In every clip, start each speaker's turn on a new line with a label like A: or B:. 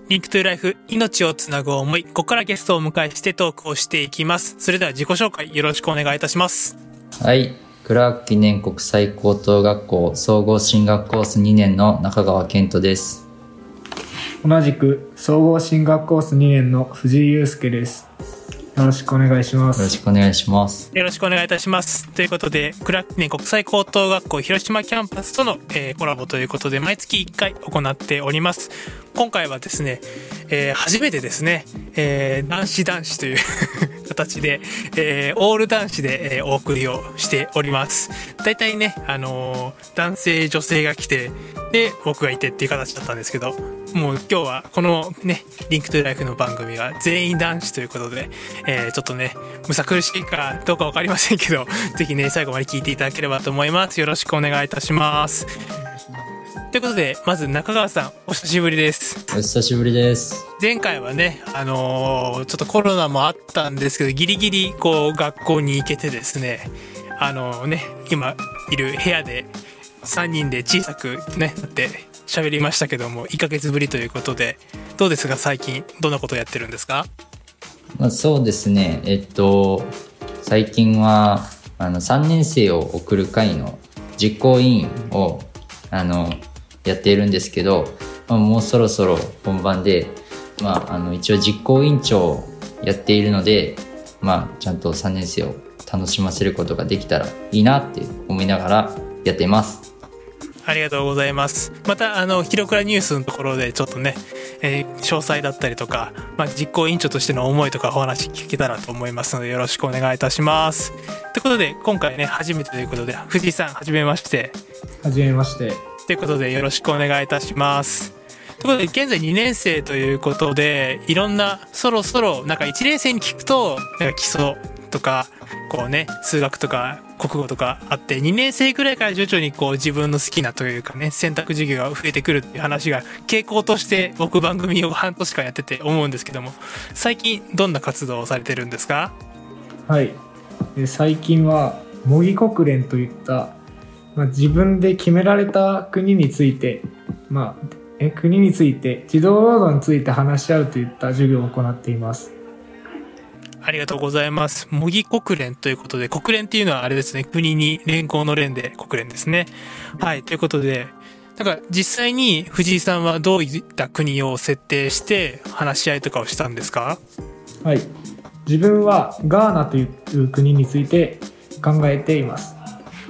A: リンクトゥライフ、命をつなぐ思い。ここからゲストをお迎えしてトークをしていきます。それでは自己紹介よろしくお願いいたします。
B: はい。クラーク記念国際高等学校総合進学コース2年の中川健人です。
C: 同じく総合進学コース2年の藤井祐介です。よろしくお願いします。
B: よろしくお願いします。
A: よろしくお願いいたします。ということで、クラーク記念国際高等学校広島キャンパスとの、コラボということで、毎月1回行っております。今回はですね、初めてですね、男子という形で、オール男子で、お送りをしております。だいたいね、男性女性が来て、で僕がいてっていう形だったんですけど、もう今日はこのねリンクトゥライフの番組は全員男子ということで、ちょっとねむさ苦しいかどうか分かりませんけど、ぜひね最後まで聞いていただければと思います。よろしくお願いいたします。ということで、まず中川さん、お久しぶりです。
B: お久しぶりです。
A: 前回はねちょっとコロナもあったんですけど、ギリギリこう学校に行けてですね、今いる部屋で3人で小さくねなって喋りましたけども、1ヶ月ぶりということで、どうですか最近どんなことをやってるんですか？
B: そうですね、最近は3年生を送る会の実行委員をやっているんですけど、もうそろそろ本番で、一応実行委員長をやっているので、ちゃんと3年生を楽しませることができたらいいなって思いながらやっています。
A: ありがとうございます。またヒロクラニュースのところでちょっとね、詳細だったりとか、実行委員長としての思いとかお話聞けたらと思いますので、よろしくお願いいたします。ということで今回ね初めてということで、藤井さんはじめまして。
C: はじめまして。
A: ということでよろしくお願いいたします。ということで現在2年生ということで、いろんなそろそろなんか1年生に聞くとなんか基礎とかこうね数学とか国語とかあって、2年生くらいから徐々にこう自分の好きなというかね選択授業が増えてくるっていう話が傾向として僕番組を半年間やってて思うんですけども、最近どんな活動をされてるんですか？
C: はい、最近は模擬国連といった、自分で決められた国について、国について児童労働について話し合うといった授業を行っています。
A: ありがとうございます。模擬国連ということで、国連っていうのはあれですね、国に連合の連で国連ですね。はい、ということで、なんか実際に藤井さんはどういった国を設定して話し合いとかをしたんですか？
C: はい、自分はガーナという国について考えています。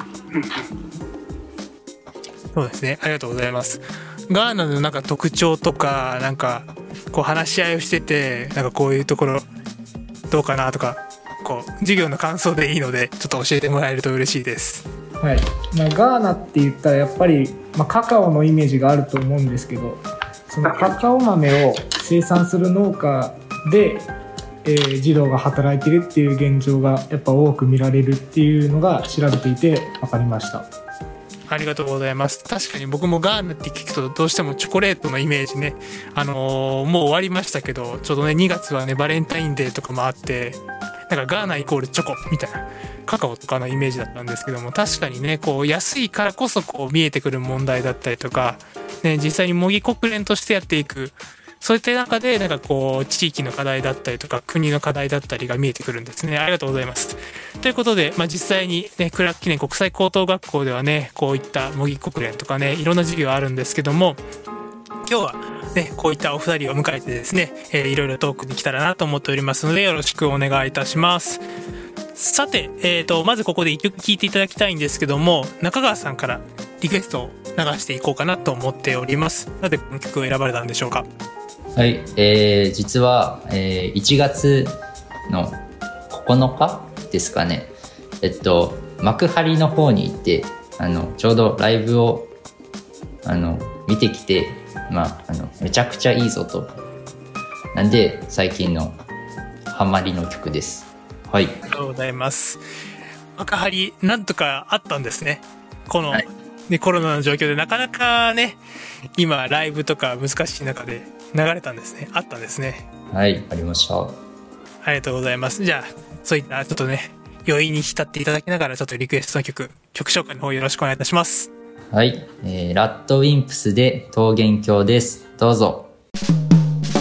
A: そうですね、ありがとうございます。ガーナのなんか特徴とか、なんかこう話し合いをしてて、なんかこういうところどうかなとか、こう授業の感想でいいのでちょっと教えてもらえると嬉しいです。
C: はい、ガーナって言ったらやっぱり、カカオのイメージがあると思うんですけど、そのカカオ豆を生産する農家で、児童が働いてるっていう現状がやっぱ多く見られるっていうのが調べていて分かりました。
A: ありがとうございます。確かに僕もガーナって聞くとどうしてもチョコレートのイメージね、もう終わりましたけど、ちょうどね2月はねバレンタインデーとかもあって、なんかガーナイコールチョコみたいなカカオとかのイメージだったんですけども、確かにねこう安いからこそこう見えてくる問題だったりとか、ね、実際に模擬国連としてやっていく、そういった中でなんかこう地域の課題だったりとか国の課題だったりが見えてくるんですね。ありがとうございます。ということで、実際にねクラーク記念国際高等学校ではねこういった模擬国連とかねいろんな授業あるんですけども、今日はねこういったお二人を迎えてですね、いろいろトークできたらなと思っておりますので、よろしくお願いいたします。さて、まずここで一曲聴いていただきたいんですけども、中川さんからリクエストを流していこうかなと思っております。なぜこの曲を選ばれたんでしょうか？
B: はい、実は、1月の9日ですかね、幕張の方に行ってちょうどライブを見てきて、めちゃくちゃいいぞと、なんで最近のハマりの曲です。はい、
A: ありがとうございます。幕張なんとかあったんですね、この、コロナの状況でなかなかね今ライブとか難しい中で流れたんですね。あったんですね。
B: はい、ありました。
A: ありがとうございます。じゃあそういったちょっとね余韻に浸っていただきながら、ちょっとリクエストの曲紹介の方よろしくお願いいたします。
B: はい、ラッドウィンプスで桃源郷です。どうぞ。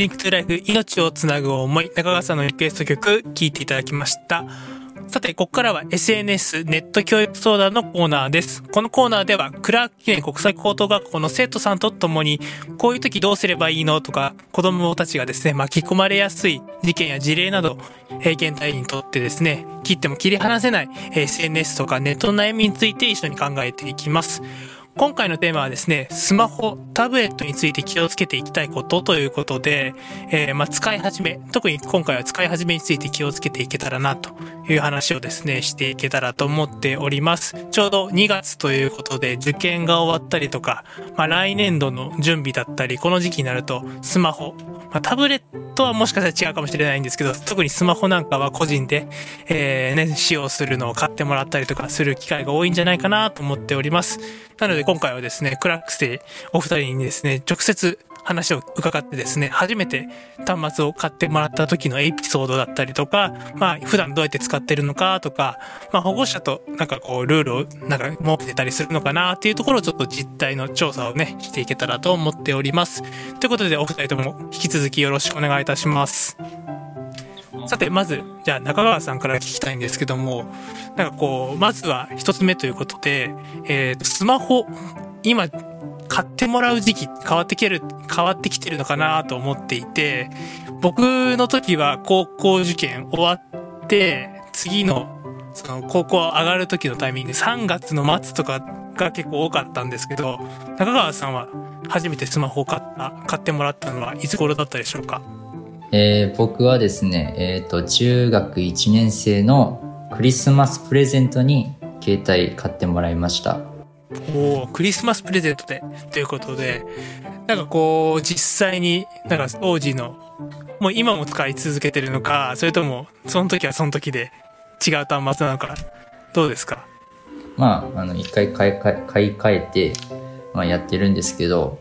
A: リンクトゥライフ、命をつなぐ思い、中川さんのリクエスト曲聴いていただきました。さて、ここからは SNS ネット教育相談のコーナーです。このコーナーでは、クラーク記念国際高等学校の生徒さんと共に、こういう時どうすればいいのとか、子供たちがですね、巻き込まれやすい事件や事例など、現代にとってですね、切っても切り離せない SNS とかネットの悩みについて一緒に考えていきます。今回のテーマはですね、スマホ、タブレットについて気をつけていきたいことということで、使い始め、特に今回は使い始めについて気をつけていけたらなという話をですね、していけたらと思っております。ちょうど2月ということで受験が終わったりとか、来年度の準備だったり、この時期になるとスマホ、タブレットはもしかしたら違うかもしれないんですけど、特にスマホなんかは個人で、使用するのを買ってもらったりとかする機会が多いんじゃないかなと思っております。なので今回はですね、クラック生お二人にですね、直接話を伺ってですね、初めて端末を買ってもらった時のエピソードだったりとか、普段どうやって使ってるのかとか、保護者とルールを設けてたりするのかなっていうところをちょっと実態の調査をね、していけたらと思っております。ということでお二人とも引き続きよろしくお願いいたします。さて、まず、じゃあ中川さんから聞きたいんですけども、まずは一つ目ということで、スマホ、今、買ってもらう時期変わってきてるのかなと思っていて、僕の時は高校受験終わって、次の、高校上がる時のタイミング、3月の末とかが結構多かったんですけど、中川さんは初めてスマホを買ってもらったのはいつ頃だったでしょうか？
B: 僕はですね、中学1年生のクリスマスプレゼントに携帯買ってもらいました。
A: クリスマスプレゼントでということで、実際に当時のもう今も使い続けてるのか、それともその時はその時で違う端末なのか、どうですか？
B: 一回買い替えて、やってるんですけど、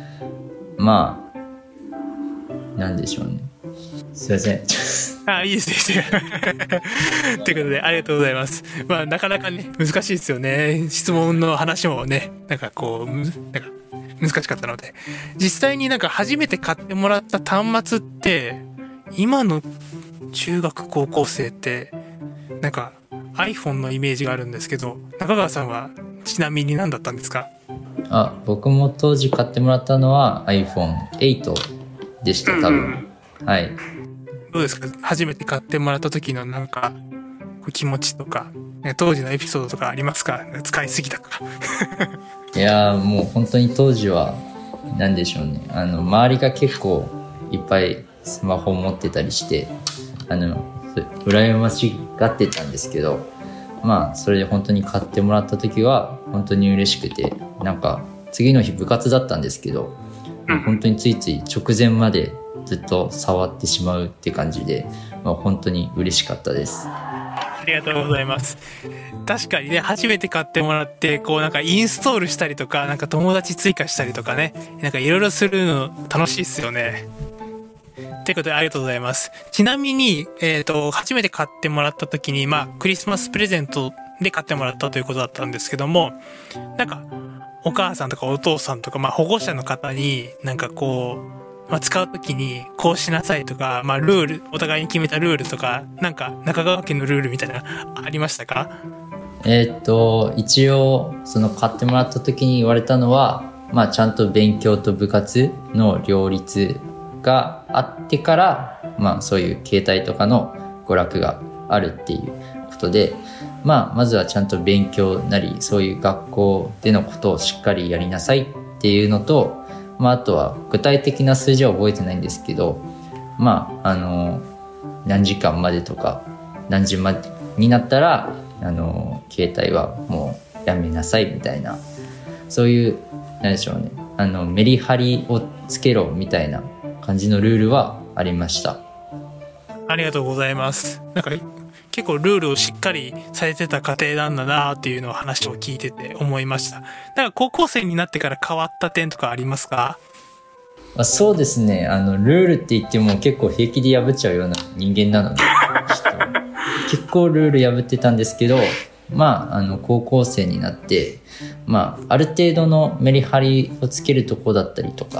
B: なんでしょうね。すいません。
A: いいですね。ということで、ありがとうございます。なかなかね、難しいですよね。質問の話もね、難しかったので。実際に初めて買ってもらった端末って、今の中学高校生って、iPhone のイメージがあるんですけど、中川さんはちなみに何だったんですか？
B: 僕も当時買ってもらったのは iPhone8 でした、多分。はい。
A: どうですか？初めて買ってもらった時の気持ちとか、当時のエピソードとかありますか？使いすぎたとか。
B: いやもう本当に当時は何でしょうね。周りが結構いっぱいスマホを持ってたりして、羨ましがってたんですけど、それで本当に買ってもらった時は本当に嬉しくて、次の日部活だったんですけど、本当についつい直前までずっと触ってしまうって感じで、本当に嬉しかったです。
A: ありがとうございます。確かにね、初めて買ってもらってインストールしたりとか、友達追加したりとかね、いろいろするの楽しいですよね。ということでありがとうございます。ちなみに、初めて買ってもらった時にクリスマスプレゼントで買ってもらったということだったんですけども、お母さんとかお父さんとか保護者の方に使うときにこうしなさいとか、ルール、お互いに決めたルールとか、中川家のルールみたいなありましたか？
B: 一応買ってもらった時に言われたのは、ちゃんと勉強と部活の両立があってから、そういう携帯とかの娯楽があるっていうことで、まずはちゃんと勉強なりそういう学校でのことをしっかりやりなさいっていうのと、あとは具体的な数字は覚えてないんですけど、何時間までとか何時までになったら携帯はもうやめなさいみたいな、そういう何でしょうね、メリハリをつけろみたいな感じのルールはありました。
A: ありがとうございます。結構ルールをしっかりされてた家庭なんだなっていうのを話を聞いてて思いました。高校生になってから変わった点とかありますか？
B: そうですね、ルールって言っても結構平気で破っちゃうような人間なので結構ルール破ってたんですけど、高校生になって、ある程度のメリハリをつけるとこだったりとか、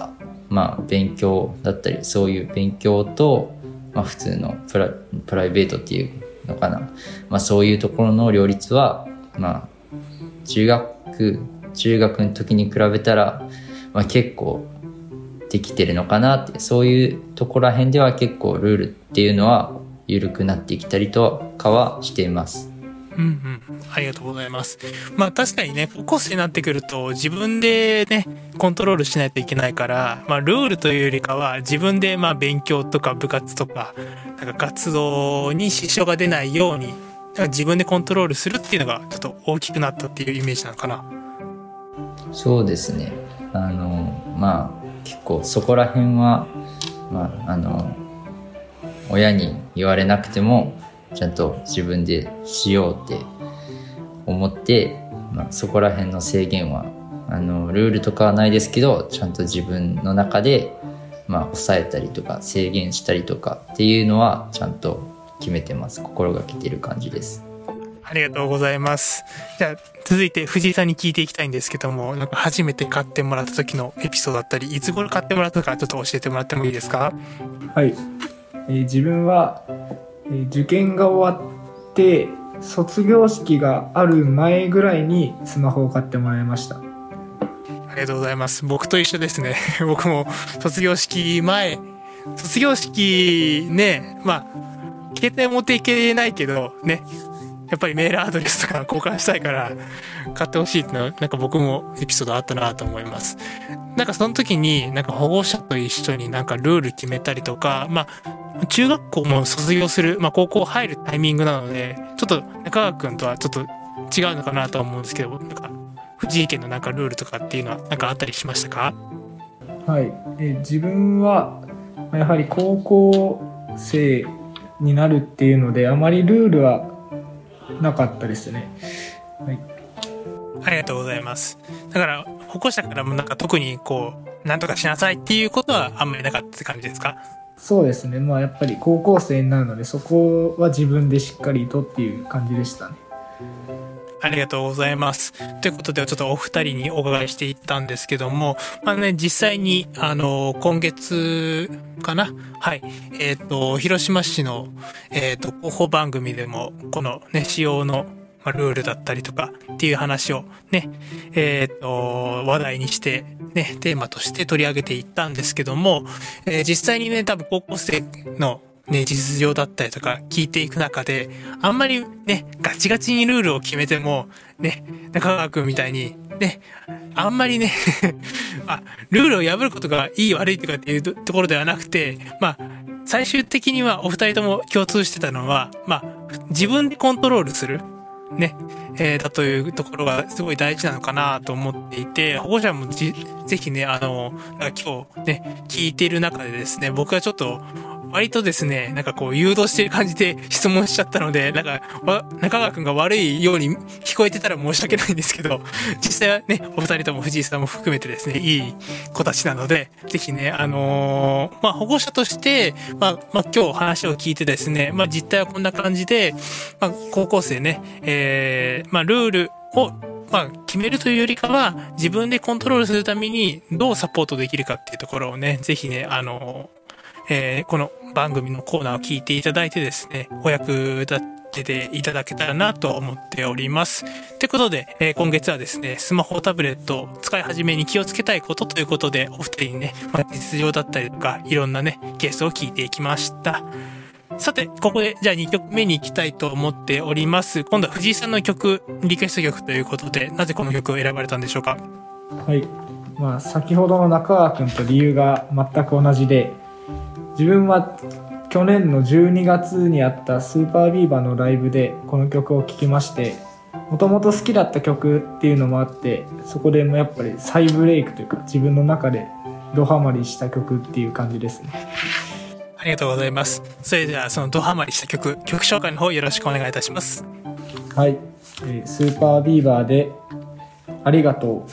B: まあ勉強だったり、そういう勉強と、まあ普通のプライベートっていうのかな。まあそういうところの両立は、まあ中学の時に比べたら、まあ結構できてるのかなって、そういうところら辺では結構ルールっていうのは緩くなってきたりとかはしています。
A: ありがとうございます。まあ確かにね、高校生になってくると自分でね、コントロールしないといけないから、まあルールというよりかは自分でまあ勉強とか部活とか、なんか活動に支障が出ないように、なんか自分でコントロールするっていうのがちょっと大きくなったっていうイメージなのかな。
B: そうですね。まあ結構そこら辺は、まあ親に言われなくてもちゃんと自分でしようって思って、まあ、そこら辺の制限はルールとかはないですけど、ちゃんと自分の中で、まあ、抑えたりとか制限したりとかっていうのはちゃんと決めてます。心がけている感じです。
A: ありがとうございます。じゃあ続いて藤井さんに聞いていきたいんですけども、なんか初めて買ってもらった時のエピソードだったり、いつ頃買ってもらったかちょっと教えてもらってもいいですか？
C: はい、自分は、受験が終わって卒業式がある前ぐらいにスマホを買ってもらいました。
A: ありがとうございます。僕と一緒ですね。僕も卒業式前、卒業式ね、まあ携帯持っていけないけどね、やっぱりメールアドレスとか交換したいから買ってほしいっていうのは、なんか僕もエピソードあったなと思います。なんかその時になんか保護者と一緒になんかルール決めたりとか、まあ中学校も卒業する、まあ高校入るタイミングなので、ちょっと中川くんとはちょっと違うのかなとは思うんですけど、なんか藤井家のなんかルールとかっていうのはなんかあったりしましたか？
C: はい、自分はやはり高校生になるっていうのであまりルールはなかったですね。はい、
A: ありがとうございます。だから保護者からもなんか特にこうなんとかしなさいっていうことはあんまりなかったって感じですか？
C: そうですね。まあやっぱり高校生になるのでそこは自分でしっかりとっていう感じでしたね。
A: ありがとうございます。ということで、ちょっとお二人にお伺いしていったんですけども、まあね、実際に、今月かな？はい。広島市の、広報番組でも、このね、使用の、まあ、ルールだったりとかっていう話をね、話題にして、ね、テーマとして取り上げていったんですけども、実際にね、多分高校生のね、実情だったりとか聞いていく中で、あんまりね、ガチガチにルールを決めても、ね、中川くんみたいに、ね、あんまりね、ルールを破ることがいい悪いとかっていうところではなくて、まあ、最終的にはお二人とも共通してたのは、まあ、自分でコントロールする。ね、だというところがすごい大事なのかなと思っていて、保護者もぜひね、なんか今日ね、聞いている中でですね、僕はちょっと、割とですね、なんかこう誘導してる感じで質問しちゃったので、なんか、中川くんが悪いように聞こえてたら申し訳ないんですけど、実際はね、お二人とも藤井さんも含めてですね、いい子たちなので、ぜひね、まあ、保護者として、まあ、今日話を聞いてですね、まあ、実態はこんな感じで、まあ、高校生ね、まあ、ルールを、まあ、決めるというよりかは、自分でコントロールするためにどうサポートできるかっていうところをね、ぜひね、この番組のコーナーを聞いていただいてですね、お役立てていただけたらなと思っております。ということで、今月はですね、スマホタブレットを使い始めに気をつけたいことということで、お二人にね、まあ、実情だったりとか、いろんなね、ケースを聞いていきました。さて、ここでじゃあ2曲目に行きたいと思っております。今度は藤井さんの曲、リクエスト曲ということで、なぜこの曲を選ばれたんでしょうか？
C: はい、まあ先ほどの中川くんと理由が全く同じで、自分は去年の12月にあったスーパービーバーのライブでこの曲を聴きまして、もともと好きだった曲っていうのもあって、そこでもやっぱり再ブレイクというか自分の中でドハマりした曲っていう感じですね。
A: ありがとうございます。それではそのドハマりした曲紹介の方よろしくお願いいたします。
C: はい、スーパービーバーでありがとう。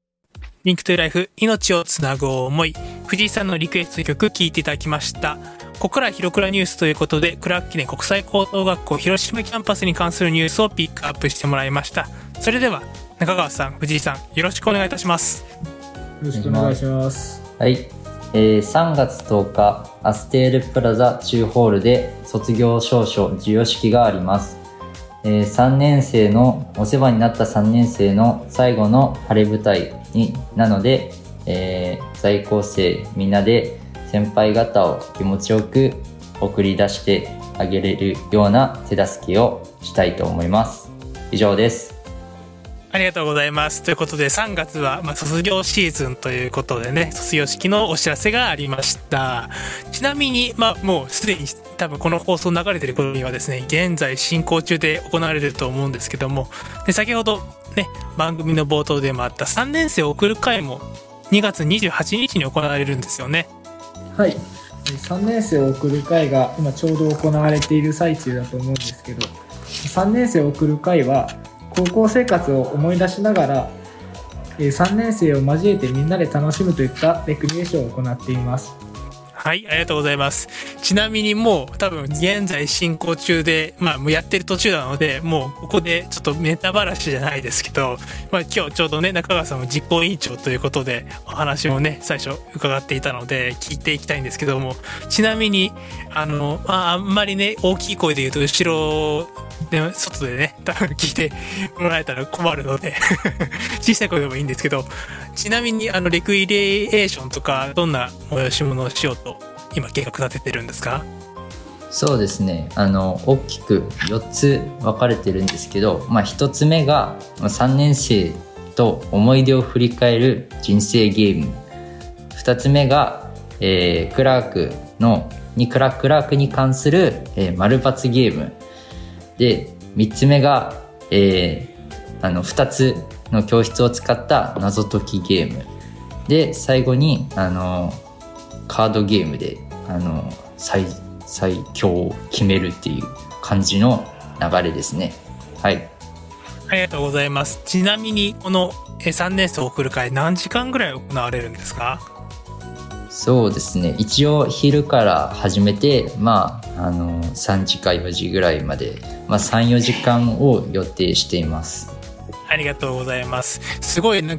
A: リンクトゥライフ、命をつなぐ思い。藤井さんのリクエスト曲聴いていただきました。 ここからはひろくらニュースということで、クラーク記念国際高等学校広島キャンパスに関するニュースをピックアップしてもらいました。それでは中川さん、藤井さん、よろしくお願いいたします。
C: よろしくお願いします。
B: はい、3月10日アステールプラザ中ホールで卒業証書授与式があります。3年生のお世話になった3年生の最後の晴れ舞台なので、在校生みんなで先輩方を気持ちよく送り出してあげれるような手助けをしたいと思います。以上です。
A: ありがとうございます。ということで3月は卒業シーズンということでね、卒業式のお知らせがありました。ちなみにもうすでに多分この放送流れてる頃にはですね、現在進行中で行われると思うんですけども、で先ほどね番組の冒頭でもあった3年生を送る会も2月28日に行われるんですよね。
C: はい、3年生を送る会が今ちょうど行われている最中だと思うんですけど、3年生を送る会は高校生活を思い出しながら3年生を交えてみんなで楽しむといったレクリエーションを行っています。
A: はい、ありがとうございます。ちなみにもう多分現在進行中で、もうやってる途中なので、もうここでちょっとネタばらしじゃないですけど、今日ちょうどね中川さんも実行委員長ということでお話をね最初伺っていたので聞いていきたいんですけども、ちなみにあんまりね大きい声で言うと後ろで外でね多分聞いてもらえたら困るので小さい声でもいいんですけど、ちなみにレクリエーションとかどんな催し物をしようと今計画立ててるんですか？
B: そうですね、大きく4つ分かれてるんですけど、1つ目が3年生と思い出を振り返る人生ゲーム、2つ目が、クラークに関する、丸×ゲームで、3つ目が、2つの教室を使った謎解きゲームで、最後にカードゲームで最強を決めるっていう感じの流れですね。はい、
A: ありがとうございます。ちなみにこの3年生を送る会何時間ぐらい行われるんですか？
B: そうですね、一応昼から始めて、3時か4時ぐらいまで、3、4時間を予定しています。
A: ありがとうございます。すごい今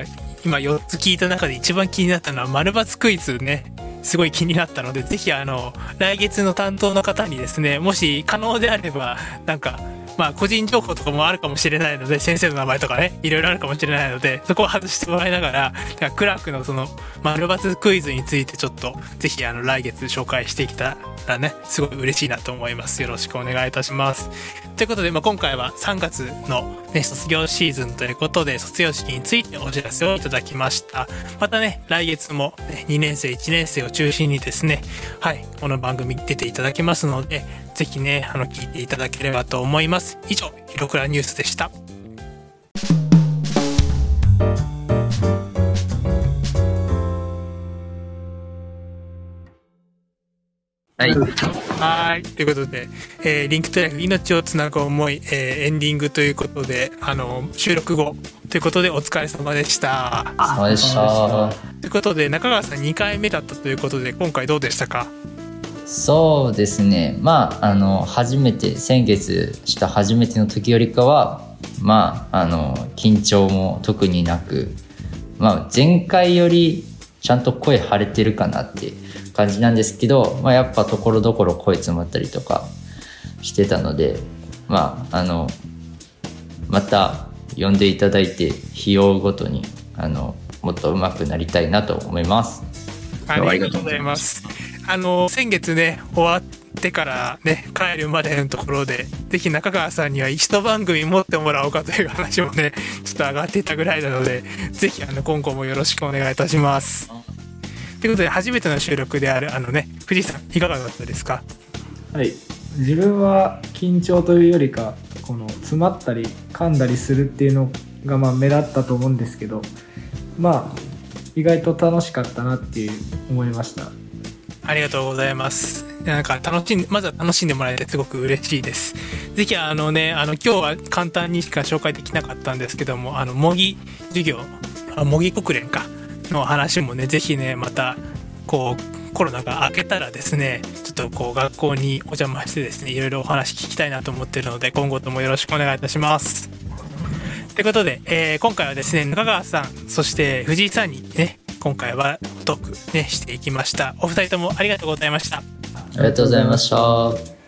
A: 4つ聞いた中で一番気になったのは丸×クイズね、すごい気になったので、ぜひ来月の担当の方にですね、もし可能であれば個人情報とかもあるかもしれないので、先生の名前とかねいろいろあるかもしれないので、そこを外してもらいながらクラークのその丸×クイズについてちょっとぜひ来月紹介していけたらねすごい嬉しいなと思います。よろしくお願いいたします。ということで、今回は3月の、卒業シーズンということで卒業式についてお知らせをいただきました。またね来月も、2年生1年生を中心にですね、この番組に出ていただきますので、ぜひね聞いていただければと思います。以上、ひろくらニュースでした。はい、ということで、リンクトライフ命をつなぐ思い、エンディングということで、収録後ということでお疲れ様でした。
B: お疲れ様でした。
A: ということで中川さん2回目だったということで、今回どうでしたか？
B: そうですね、先月した初めての時よりかは緊張も特になく、前回よりちゃんと声張れてるかなって感じなんですけど、やっぱところどころ声詰まったりとかしてたので、また呼んでいただいて日を追うごとにもっと上手くなりたいなと思います。
A: ありがとうございます。先月ね終わってからね帰るまでのところで、ぜひ中川さんには一番組持ってもらおうかという話もねちょっと上がっていたぐらいなので、ぜひ今後もよろしくお願いいたします。ということで、初めての収録である藤井さんいかがだったですか？
C: はい、自分は緊張というよりかこの詰まったり噛んだりするっていうのが目立ったと思うんですけど、意外と楽しかったなって思いました。
A: ありがとうございます。まずは楽しんでもらえてすごく嬉しいです。ぜひ今日は簡単にしか紹介できなかったんですけども、模擬授業模擬国連の話もねぜひねまたこうコロナが明けたらですね、ちょっとこう学校にお邪魔してですね、いろいろお話聞きたいなと思っているので、今後ともよろしくお願いいたします。ということで、今回はですね、中川さん、そして藤井さんにね、今回はトークねしていきました。お二人ともありがとうございました。
B: ありがとうございました。